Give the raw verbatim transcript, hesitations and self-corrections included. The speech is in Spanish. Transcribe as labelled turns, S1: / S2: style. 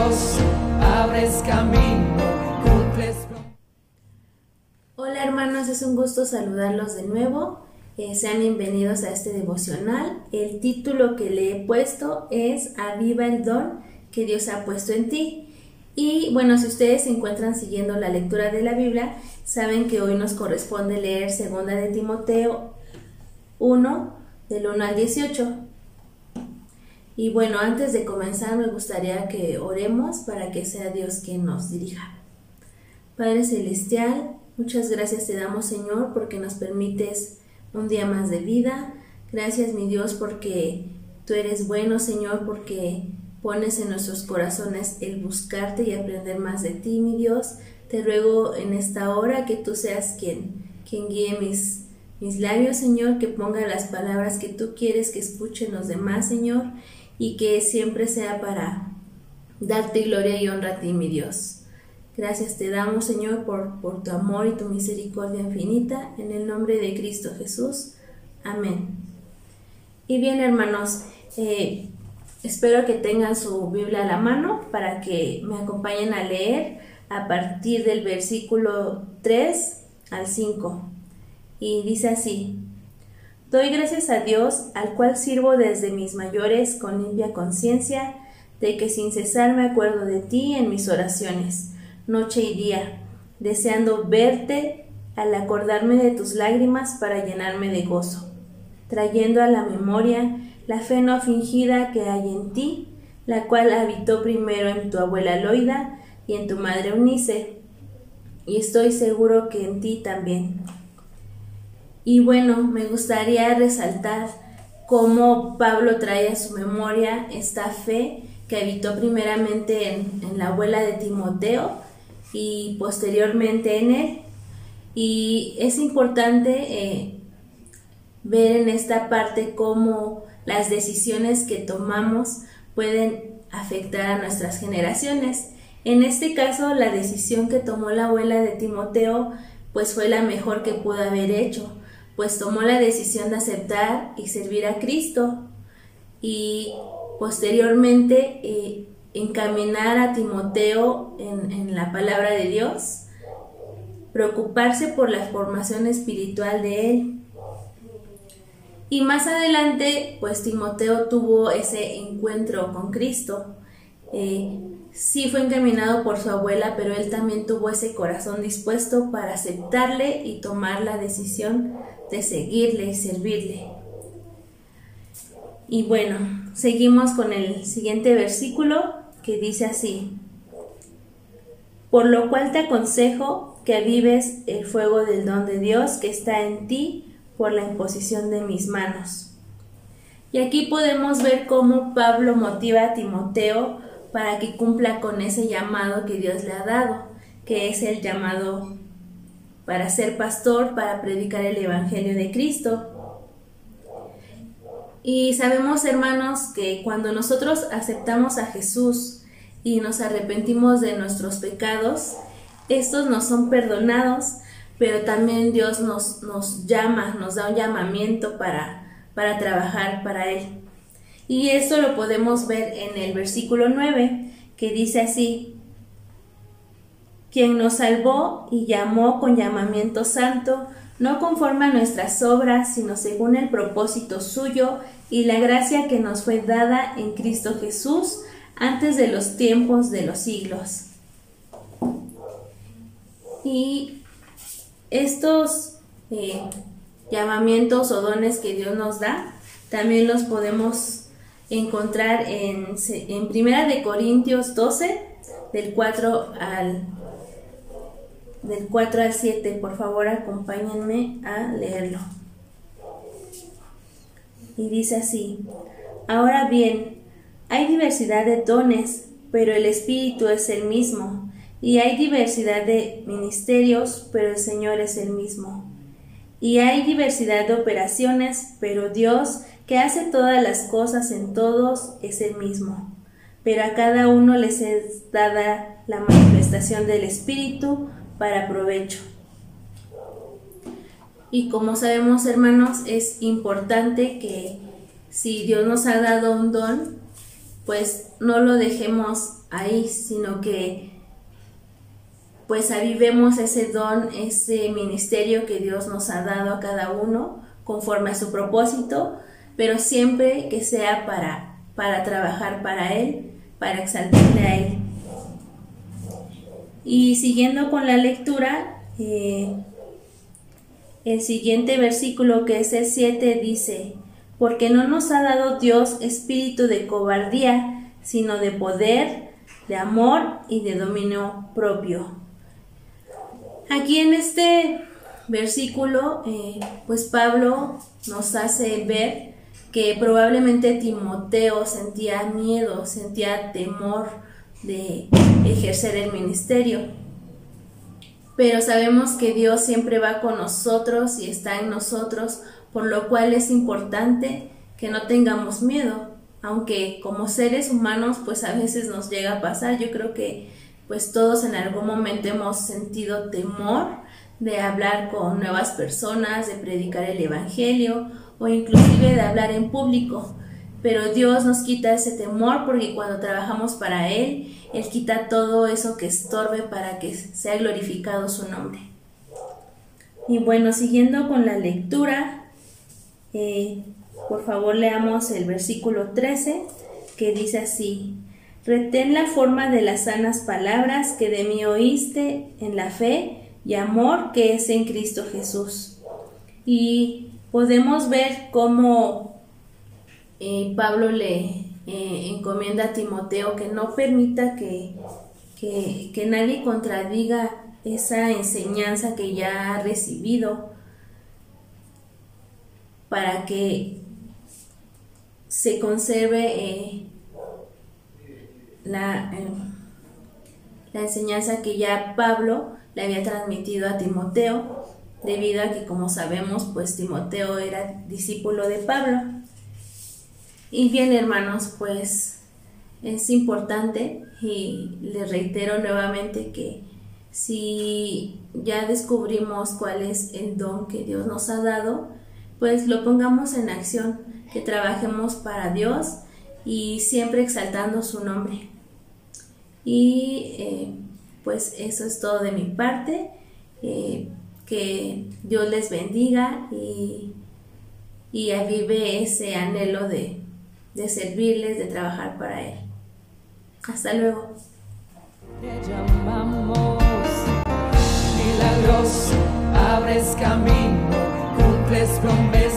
S1: Dios, abres camino, cumples.
S2: Hola hermanos, es un gusto saludarlos de nuevo. Eh, sean bienvenidos a este devocional. El título que le he puesto es Aviva el don que Dios ha puesto en ti. Y bueno, si ustedes se encuentran siguiendo la lectura de la Biblia, saben que hoy nos corresponde leer segunda de Timoteo uno, del uno al dieciocho. Y bueno, antes de comenzar me gustaría que oremos para que sea Dios quien nos dirija. Padre Celestial, muchas gracias te damos, Señor, porque nos permites un día más de vida. Gracias, mi Dios, porque tú eres bueno, Señor, porque pones en nuestros corazones el buscarte y aprender más de ti, mi Dios. Te ruego en esta hora que tú seas quien, quien guíe mis, mis labios, Señor, que ponga las palabras que tú quieres que escuchen los demás, Señor, y que siempre sea para darte gloria y honra a ti, mi Dios. Gracias te damos, Señor, por, por tu amor y tu misericordia infinita, en el nombre de Cristo Jesús. Amén. Y bien, hermanos, eh, espero que tengan su Biblia a la mano para que me acompañen a leer a partir del versículo tres al cinco. Y dice así: Doy gracias a Dios, al cual sirvo desde mis mayores con limpia conciencia, de que sin cesar me acuerdo de ti en mis oraciones, noche y día, deseando verte al acordarme de tus lágrimas para llenarme de gozo, trayendo a la memoria la fe no fingida que hay en ti, la cual habitó primero en tu abuela Loida y en tu madre Eunice, y estoy seguro que en ti también. Y bueno, me gustaría resaltar cómo Pablo trae a su memoria esta fe que habitó primeramente en, en la abuela de Timoteo y posteriormente en él. Y es importante eh, ver en esta parte cómo las decisiones que tomamos pueden afectar a nuestras generaciones. En este caso, la decisión que tomó la abuela de Timoteo pues fue la mejor que pudo haber hecho, pues tomó la decisión de aceptar y servir a Cristo y posteriormente eh, encaminar a Timoteo en, en la palabra de Dios, preocuparse por la formación espiritual de él. Y más adelante, pues Timoteo tuvo ese encuentro con Cristo. Eh, sí fue encaminado por su abuela, pero él también tuvo ese corazón dispuesto para aceptarle y tomar la decisión de seguirle y servirle. Y bueno, seguimos con el siguiente versículo que dice así: Por lo cual te aconsejo que avives el fuego del don de Dios que está en ti por la imposición de mis manos. Y aquí podemos ver cómo Pablo motiva a Timoteo para que cumpla con ese llamado que Dios le ha dado, que es el llamado para ser pastor, para predicar el evangelio de Cristo. Y sabemos, hermanos, que cuando nosotros aceptamos a Jesús y nos arrepentimos de nuestros pecados, estos nos son perdonados, pero también Dios nos, nos llama, nos da un llamamiento para, para trabajar para Él. Y esto lo podemos ver en el versículo nueve, que dice así: Quien nos salvó y llamó con llamamiento santo, no conforme a nuestras obras, sino según el propósito suyo y la gracia que nos fue dada en Cristo Jesús antes de los tiempos de los siglos. Y estos eh, llamamientos o dones que Dios nos da, también los podemos encontrar en, en Primera de Corintios doce, del cuatro al del cuatro al siete. Por favor, acompáñenme a leerlo. Y dice así: Ahora bien, hay diversidad de dones, pero el Espíritu es el mismo, y hay diversidad de ministerios, pero el Señor es el mismo. Y hay diversidad de operaciones, pero Dios, que hace todas las cosas en todos, es el mismo. Pero a cada uno les es dada la manifestación del Espíritu para provecho. Y como sabemos, hermanos, es importante que si Dios nos ha dado un don, pues no lo dejemos ahí, sino que pues avivemos ese don, ese ministerio que Dios nos ha dado a cada uno conforme a su propósito, pero siempre que sea para, para trabajar para Él, para exaltarle a Él. Y siguiendo con la lectura, eh, el siguiente versículo, que es el siete, dice: porque no nos ha dado Dios espíritu de cobardía, sino de poder, de amor y de dominio propio. Aquí en este versículo, eh, pues Pablo nos hace ver que probablemente Timoteo sentía miedo, sentía temor de ejercer el ministerio. Pero sabemos que Dios siempre va con nosotros y está en nosotros, por lo cual es importante que no tengamos miedo, aunque como seres humanos pues a veces nos llega a pasar. Yo creo que pues todos en algún momento hemos sentido temor de hablar con nuevas personas, de predicar el evangelio o inclusive de hablar en público. Pero Dios nos quita ese temor, porque cuando trabajamos para Él, Él quita todo eso que estorbe para que sea glorificado su nombre. Y bueno, siguiendo con la lectura, eh, por favor leamos el versículo trece, que dice así: retén la forma de las sanas palabras que de mí oíste en la fe y amor que es en Cristo Jesús. Y podemos ver cómo Eh, Pablo le eh, encomienda a Timoteo que no permita que, que, que nadie contradiga esa enseñanza que ya ha recibido, para que se conserve eh, la, eh, la enseñanza que ya Pablo le había transmitido a Timoteo, debido a que, como sabemos, pues Timoteo era discípulo de Pablo. Y bien, hermanos, pues es importante, y les reitero nuevamente, que si ya descubrimos cuál es el don que Dios nos ha dado, pues lo pongamos en acción, que trabajemos para Dios y siempre exaltando su nombre. Y eh, pues eso es todo de mi parte. Eh, que Dios les bendiga y, y avive ese anhelo de de servirles, de trabajar para Él. Hasta luego.
S1: Te llamamos milagroso, abres camino, cumples promesas.